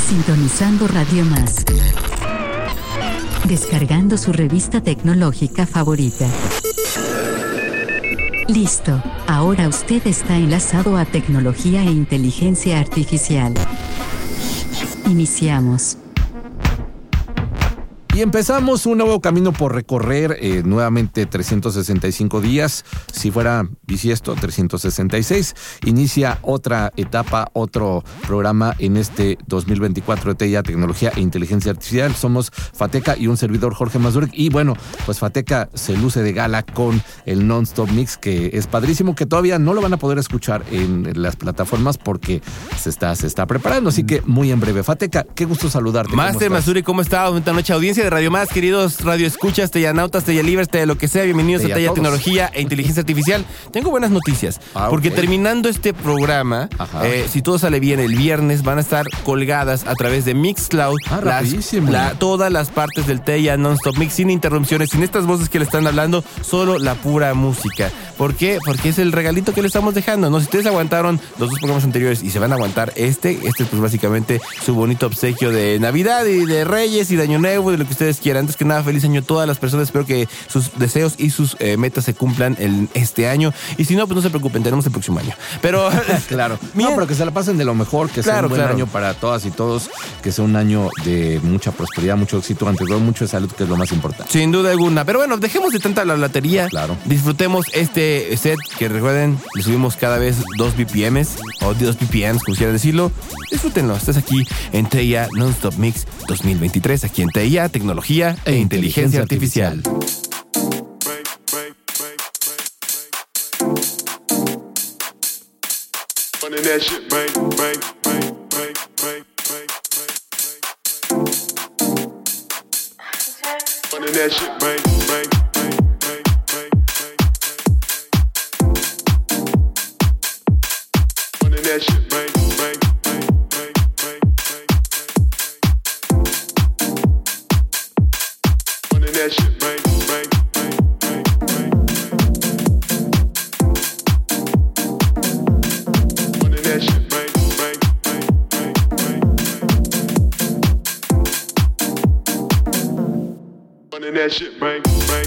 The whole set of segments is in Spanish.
Sintonizando Radio Más. Descargando su revista tecnológica favorita. Listo, ahora usted está enlazado a tecnología e inteligencia artificial. Iniciamos. Y empezamos un nuevo camino por recorrer, nuevamente 365 días, si fuera bisiesto, 366. Inicia otra etapa, otro programa en este 2024 de TIA, Tecnología e Inteligencia Artificial. Somos Fateca y un servidor, Jorge Mazurek. Y bueno, pues Fateca se luce de gala con el Non-Stop Mix, que es padrísimo, que todavía no lo van a poder escuchar en las plataformas porque se está preparando, así que muy en breve. Fateca, qué gusto saludarte. Master Mazurek, ¿cómo está? Buenas noches, audiencia de Radio Más, queridos radioescuchas, teyanautas, teyalivers, lo que sea, bienvenidos a Teya Tecnología e Inteligencia Artificial. Tengo buenas noticias, porque terminando este programa, si todo sale bien, el viernes van a estar colgadas a través de Mixcloud todas las partes del Teya Non-Stop Mix, sin interrupciones, sin estas voces que le están hablando, solo la pura música. ¿Por qué? Porque es el regalito que le estamos dejando, ¿no? Si ustedes aguantaron los dos programas anteriores y se van a aguantar este es pues básicamente su bonito obsequio de Navidad y de Reyes y de Año Nuevo, de lo que ustedes quieran. Antes que nada, feliz año a todas las personas. Espero que sus deseos y sus metas se cumplan este año. Y si no, pues no se preocupen, tenemos el próximo año. Pero claro, no, pero que se la pasen de lo mejor, que sea un buen año para todas y todos, que sea un año de mucha prosperidad, mucho éxito, ante todo mucha salud, que es lo más importante. Sin duda alguna. Pero bueno, dejemos de tanta la latería. Claro. Disfrutemos este set que recuerden, le subimos cada vez 2 BPMs o 2 BPMs, como quieran decirlo. Disfrútenlo. Estás aquí en TIA Non-Stop Mix 2023, aquí en TIA Tecnología e Inteligencia Artificial. That shit, bang, bang.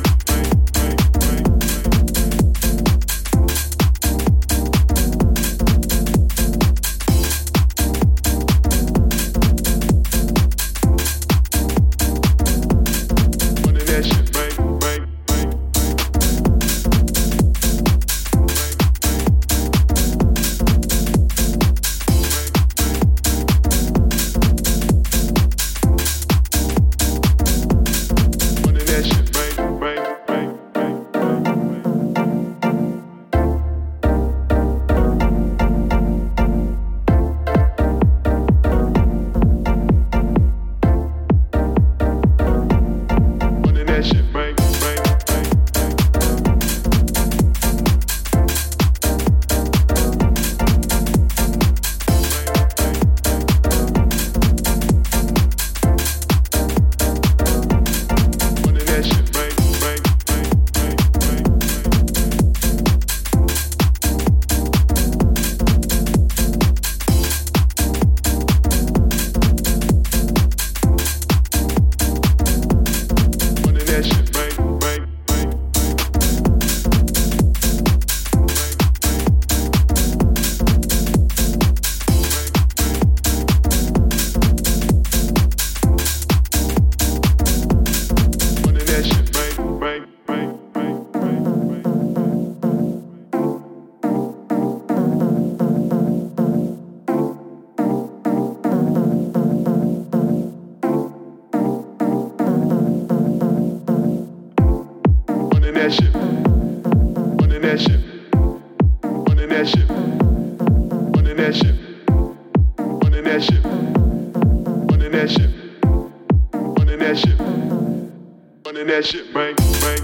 That shit, bang, bang.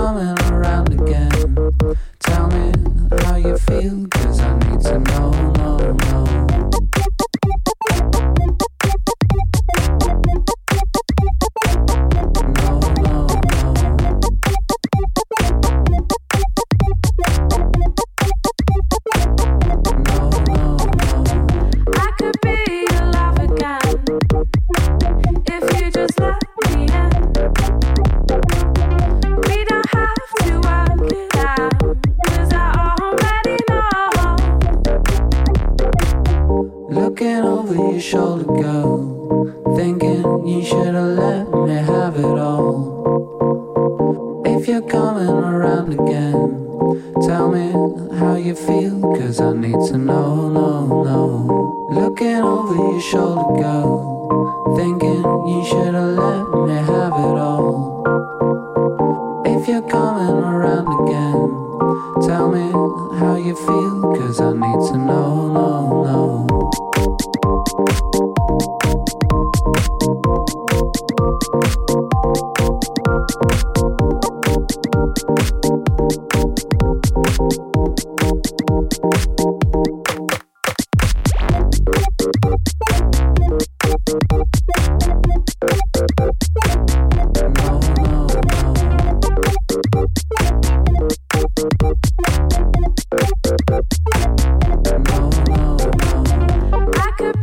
coming around again, tell me how you feel, 'cause I need to know, no, no. Looking over your shoulder, girl, thinking you should've let me have it all. If you're coming around again, tell me how you feel, 'cause I need to know, no, no. Looking over your shoulder, girl, thinking you should've let me have it all. If you're coming around again, tell me how you feel, 'cause I need to know, no, no. I could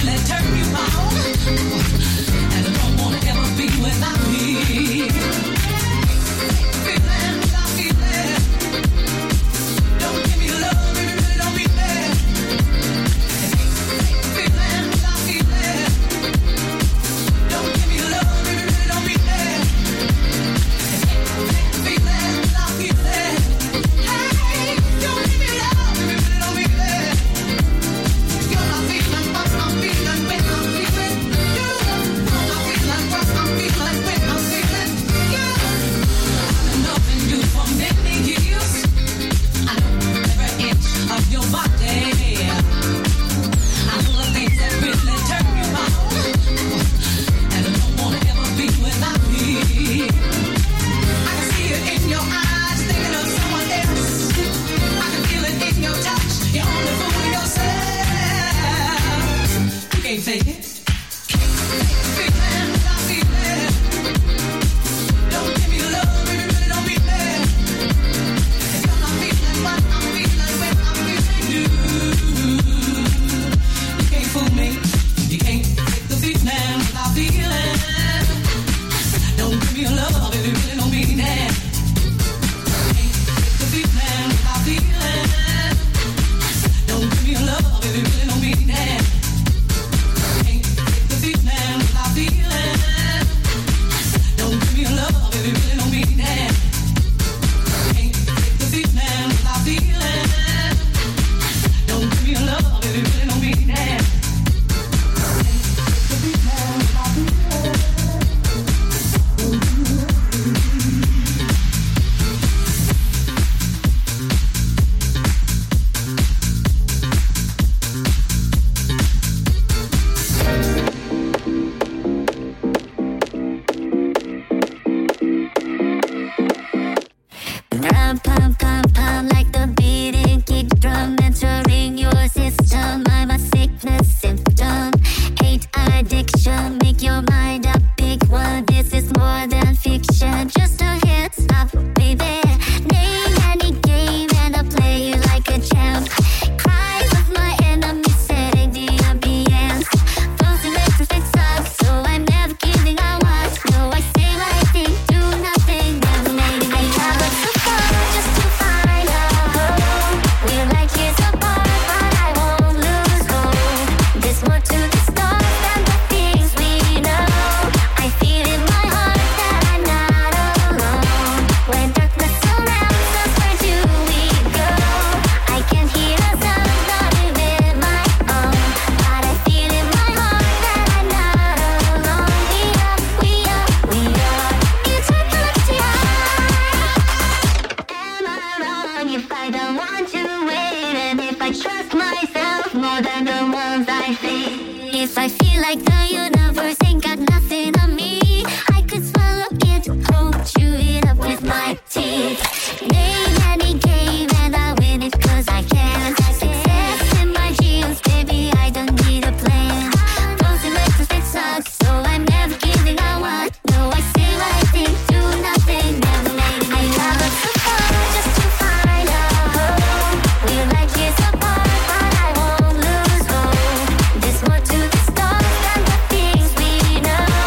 This more to the stars than the things we know.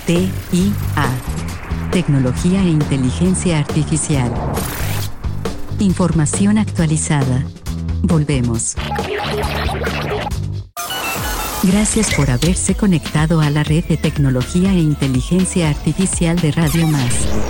TIA. Tecnología e inteligencia artificial. Información actualizada. Volvemos. Gracias por haberse conectado a la red de tecnología e inteligencia artificial de Radio Más.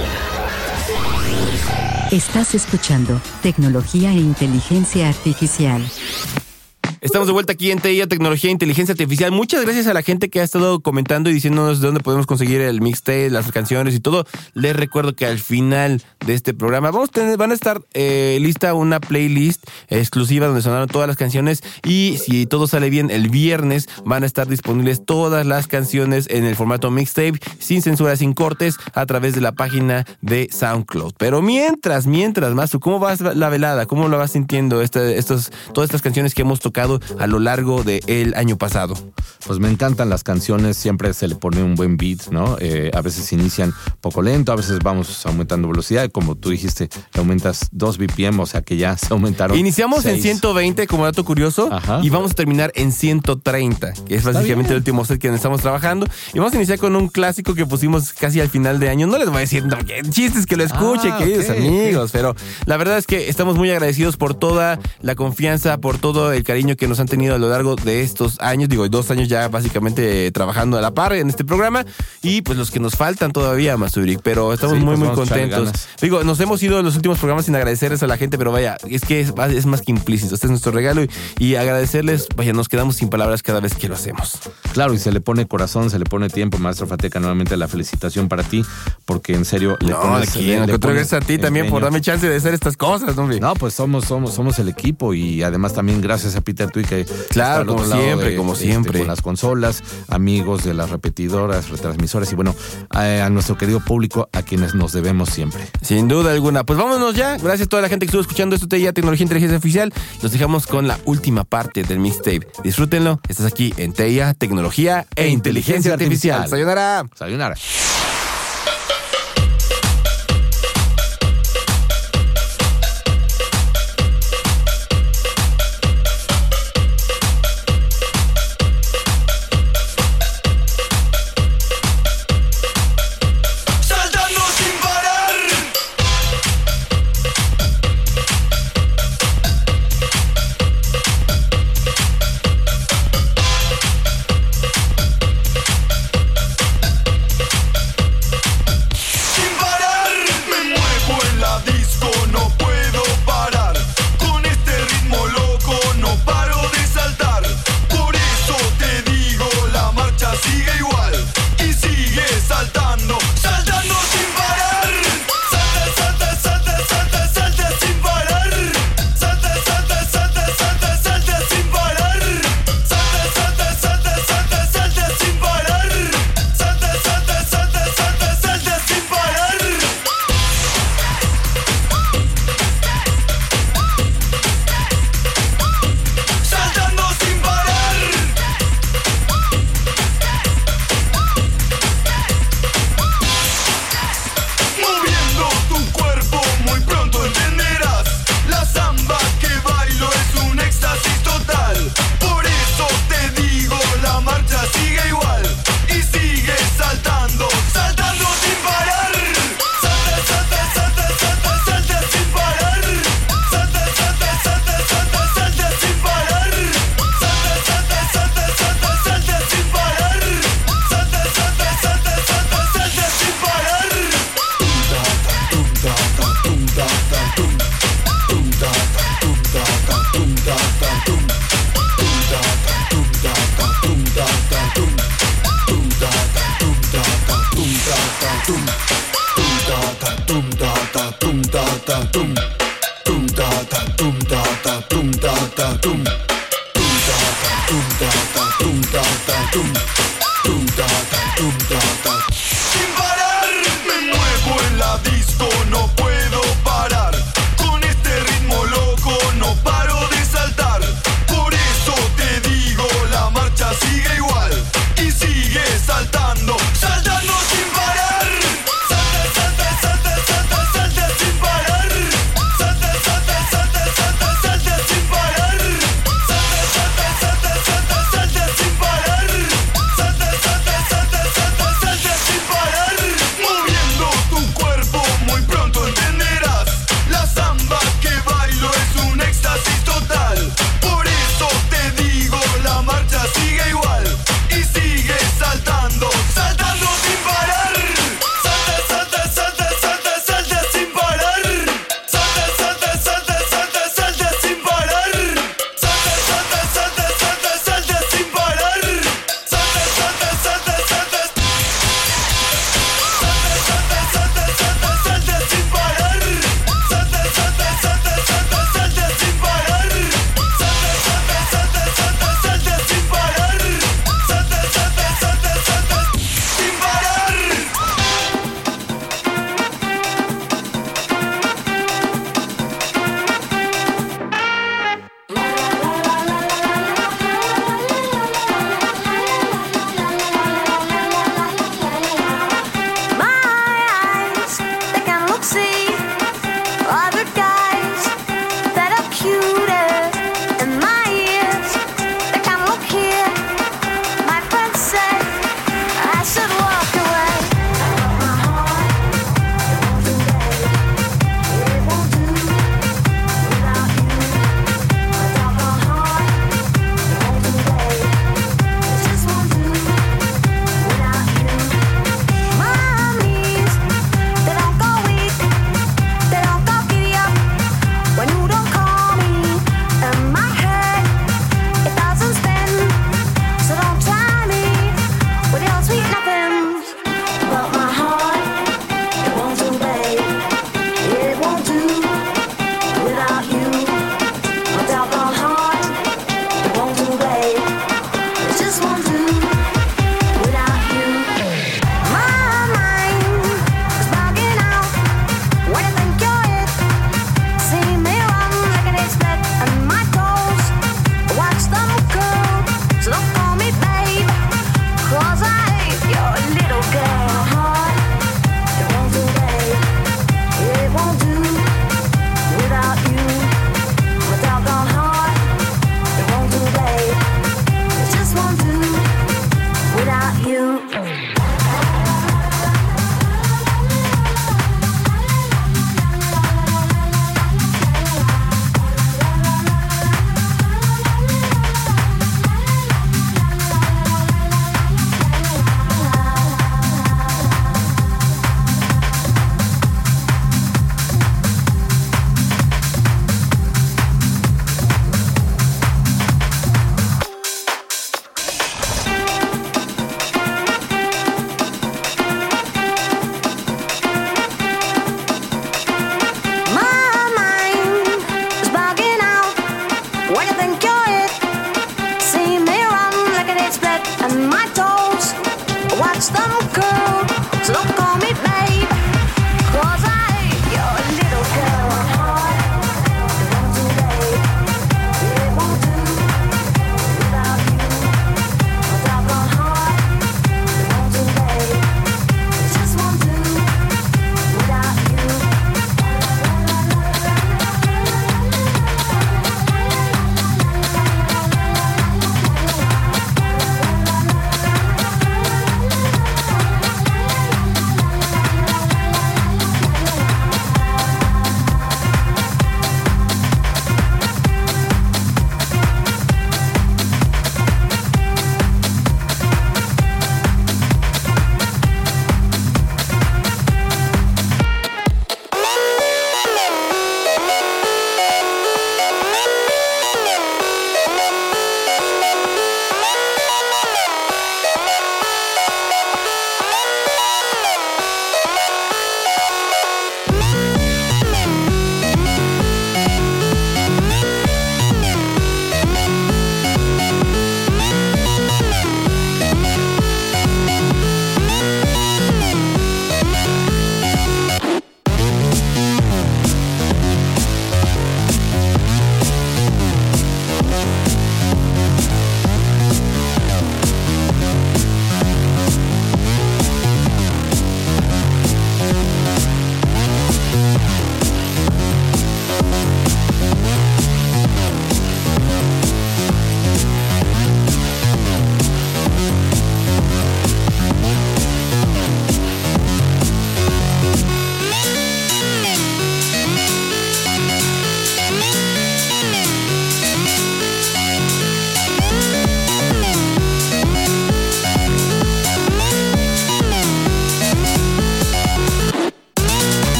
Estás escuchando Tecnología e Inteligencia Artificial. Estamos de vuelta aquí en TIA, Tecnología e Inteligencia Artificial. Muchas gracias a la gente que ha estado comentando y diciéndonos de dónde podemos conseguir el mixtape, las canciones y todo. Les recuerdo que al final de este programa van a estar lista una playlist exclusiva donde sonaron todas las canciones, y si todo sale bien, el viernes van a estar disponibles todas las canciones en el formato mixtape, sin censura, sin cortes, a través de la página de SoundCloud. Pero mientras, Masu, ¿cómo vas la velada? ¿Cómo lo vas sintiendo todas estas canciones que hemos tocado a lo largo del año pasado? Pues me encantan las canciones, siempre se le pone un buen beat, ¿no? A veces inician poco lento, a veces vamos aumentando velocidad, como tú dijiste, aumentas 2 BPM, o sea que ya se aumentaron. Iniciamos 6. en 120 como dato curioso. Ajá. Y vamos a terminar en 130, que es básicamente el último set que estamos trabajando, y vamos a iniciar con un clásico que pusimos casi al final de año. No les voy a decir chistes, que lo escuchen, queridos amigos, pero la verdad es que estamos muy agradecidos por toda la confianza, por todo el cariño que nos han tenido a lo largo de estos años, 2 años ya básicamente trabajando a la par en este programa, y pues los que nos faltan todavía, Masuric, pero estamos muy contentos. Nos hemos ido en los últimos programas sin agradecerles a la gente, pero vaya, es que es más que implícito. Este es nuestro regalo, y agradecerles, vaya, nos quedamos sin palabras cada vez que lo hacemos. Claro, y se le pone corazón, se le pone tiempo. Maestro Fateca, nuevamente la felicitación para ti, porque en serio le pones... gracias a ti también por darme chance de hacer estas cosas, hombre. No, pues somos el equipo, y además también gracias a Peter Tui, que claro, como siempre, con las consolas, amigos de las repetidoras, retransmisoras, y bueno, a nuestro querido público, a quienes nos debemos siempre. Sin duda alguna. Pues vámonos ya. Gracias a toda la gente que estuvo escuchando esto, TIA, Tecnología e Inteligencia Artificial. Los dejamos con la última parte del mixtape. Disfrútenlo. Estás aquí en TIA, Tecnología e Inteligencia Artificial. Sayonara. Sayonara. Sin parar, me muevo en la disco, no puedo parar. Con este ritmo loco no paro de saltar. Por eso te digo, la marcha sigue igual y sigue saltando, saltando sin parar. Salta, salta, salta, salta, salta sin parar. Salta, salta, salta, salta, salta sin parar. Salta, salta, salta, salta, salta sin parar. Salta, salta, salta, salta, salta sin parar.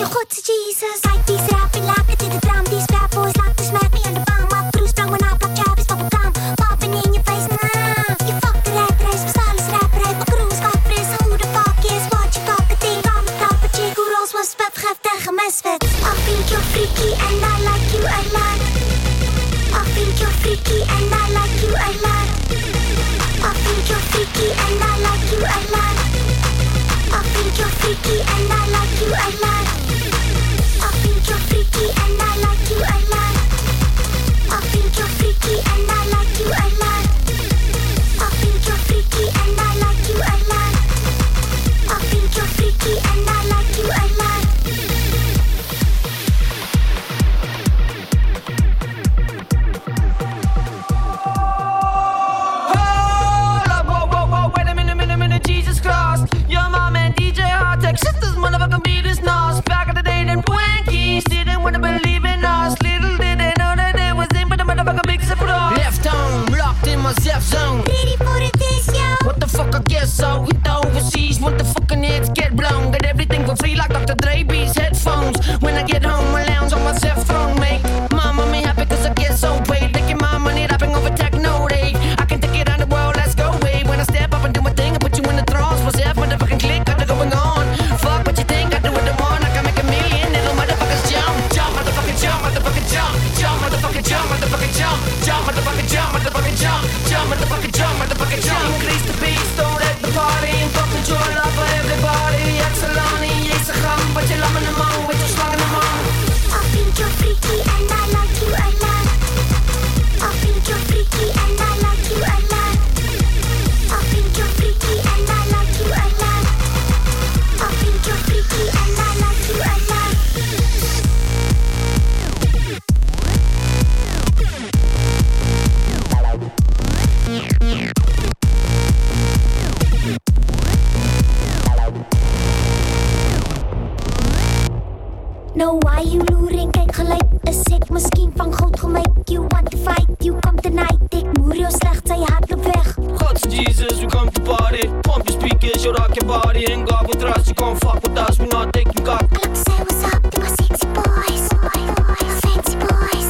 God to Jesus. Like these rapping like it to the drum. These bad boys like to smack me on the bum. My crew strong when I block Travis bubble gum. Popping in your face, nah. You fuck the rat race, we style is rap right. My crew's got frizz. Who the fuck is what you got? The thing on the top of chick who rolls was vet, geeft tegen misfit. I think you're freaky and I like you a lot. I think you're freaky and I like you a lot. I think you're freaky and I like you a lot. I think you're freaky and I like you a lot. I think you're freaky and I like you a lot. I think you're freaky and I like you a lot. I think you're freaky and I like you a lot. I think you're freaky and I like you a lot. Jesus Christ, your mom and DJ Hardtech, sisters, motherfucking beat is nos. Back in the day, them Twinkies didn't wanna believe in us. Little did they know that they was in, but the motherfucking big surprise. Left home, locked in my Zef zone. Ready for the test, yo. What the fuck, I guess so. Hit the overseas, want the fucking heads get blown. Get everything for free like Dr. Dre beats headphones. When I get home, I lounge on my Zef phone, make mama me happy cause I get so paid. Taking my money, rapping over techno rave. I can take it on the world, let's go, babe. When I step up and do my thing, I put you in the trance. What's that motherfucking click, got it going on. Fuck what you think, I do what I want. I can make a million, little motherfuckers jump. Jump, motherfucking jump, motherfucking jump. Jump, motherfucking jump, motherfucking jump. Jump, motherfucking jump, motherfucking jump. Jump, motherfucking jump, motherfucking jump. Increase the beat, don't let the party. Fucking joy, love for everybody. Excelani, yes, I come, but you're loving them all. With your slug in the mouth. I think you're freaky and I like you a lot. I think you're freaky and I like you a lot. I think you're freaky and I like you a lot. I think you're freaky and I like you a lot. Nou why you loering, kyk gelyk. Is ek miskien van goud gemaak? You want to fight, you come tonight. Ek moer jou slecht, sy hart loop weg. God's Jesus, we come to party. Pump your speakers, you rock your body. Ain't God with us, you can't fuck with us. We not taking cock. Look, say what's up to my sexy boys. My fancy boys.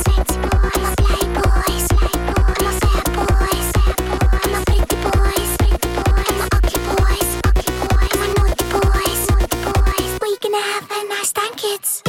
My play boys. My sad boys. My pretty boys. My ugly boys. My naughty boys. We gonna have a nice time, kids.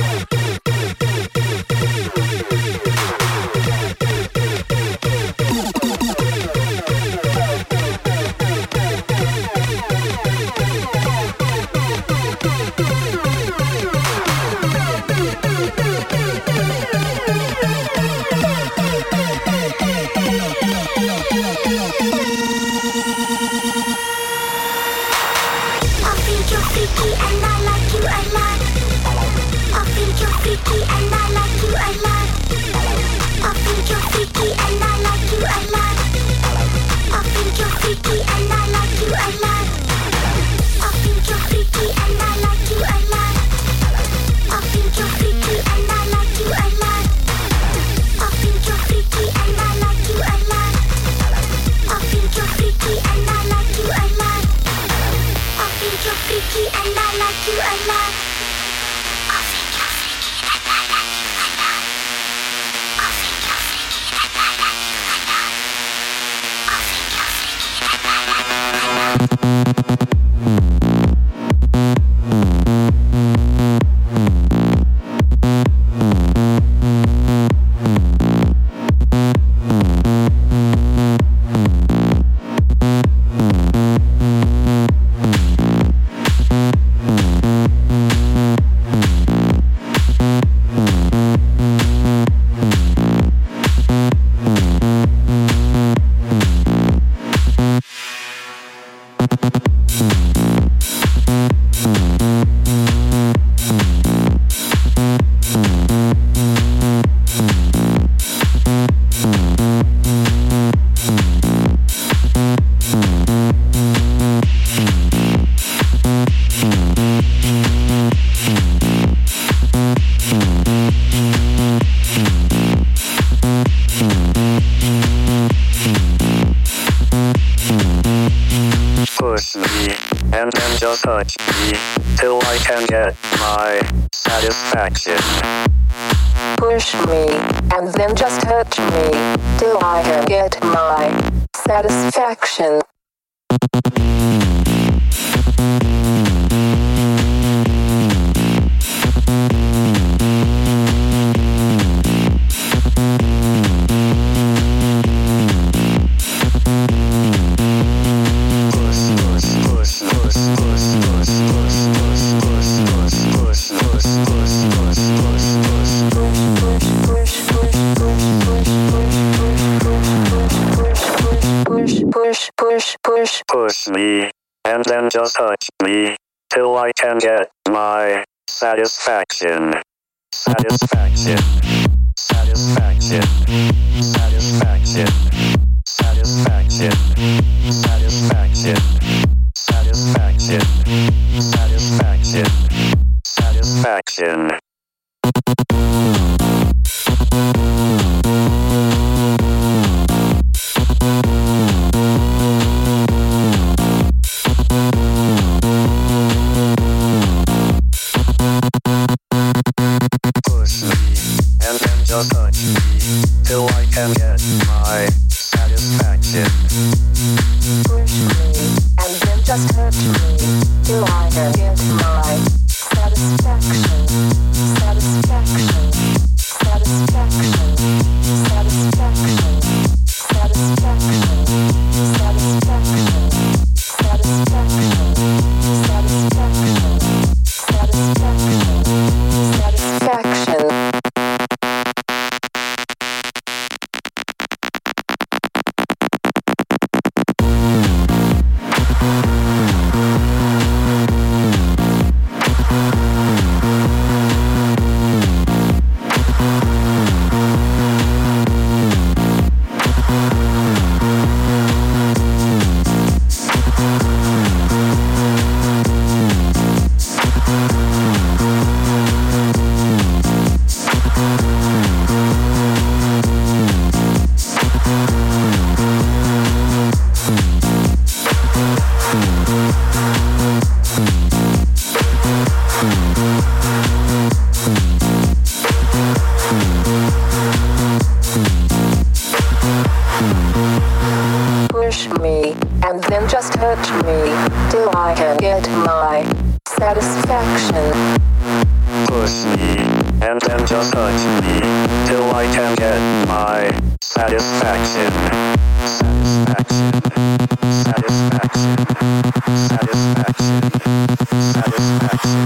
Push me, and then just touch me. till I can get my satisfaction. Push me, and then just touch me, till I can get my satisfaction. Push me, and then just touch me, till I can get my satisfaction. Satisfaction. Satisfaction. Satisfaction. Satisfaction. Satisfaction. Satisfaction. Satisfaction. Satisfaction. Just touch me, till I can get my satisfaction. Push me, and then just touch me, till I can get my satisfaction. Satisfaction. Satisfaction. Satisfaction. Satisfaction. Satisfaction. Satisfaction. Satisfaction. Satisfaction. Push me, and then just touch me, till I can get my satisfaction. Push me, and then just touch me, till I can get my satisfaction. Satisfaction. Satisfaction. Satisfaction. Satisfaction.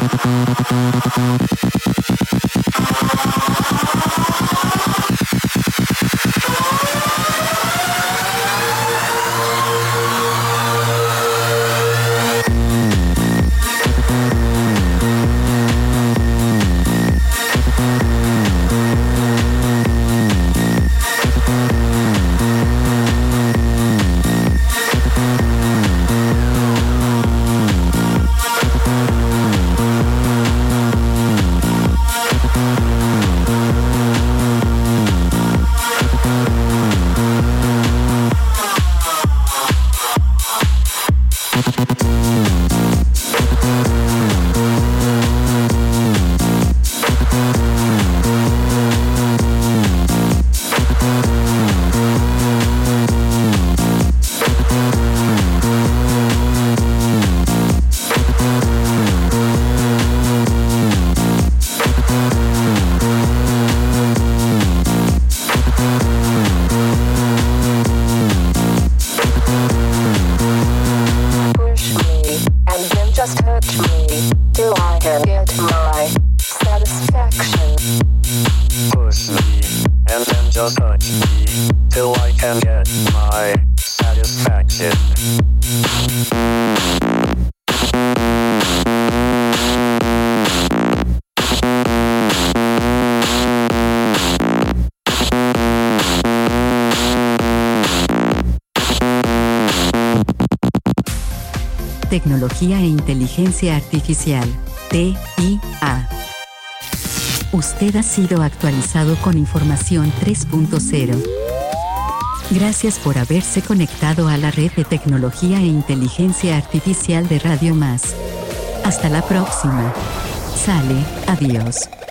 Just touch me till I can get my satisfaction. Tecnología e inteligencia artificial. TIA. Usted ha sido actualizado con información 3.0. Gracias por haberse conectado a la red de tecnología e inteligencia artificial de Radio Más. Hasta la próxima. Sale, adiós.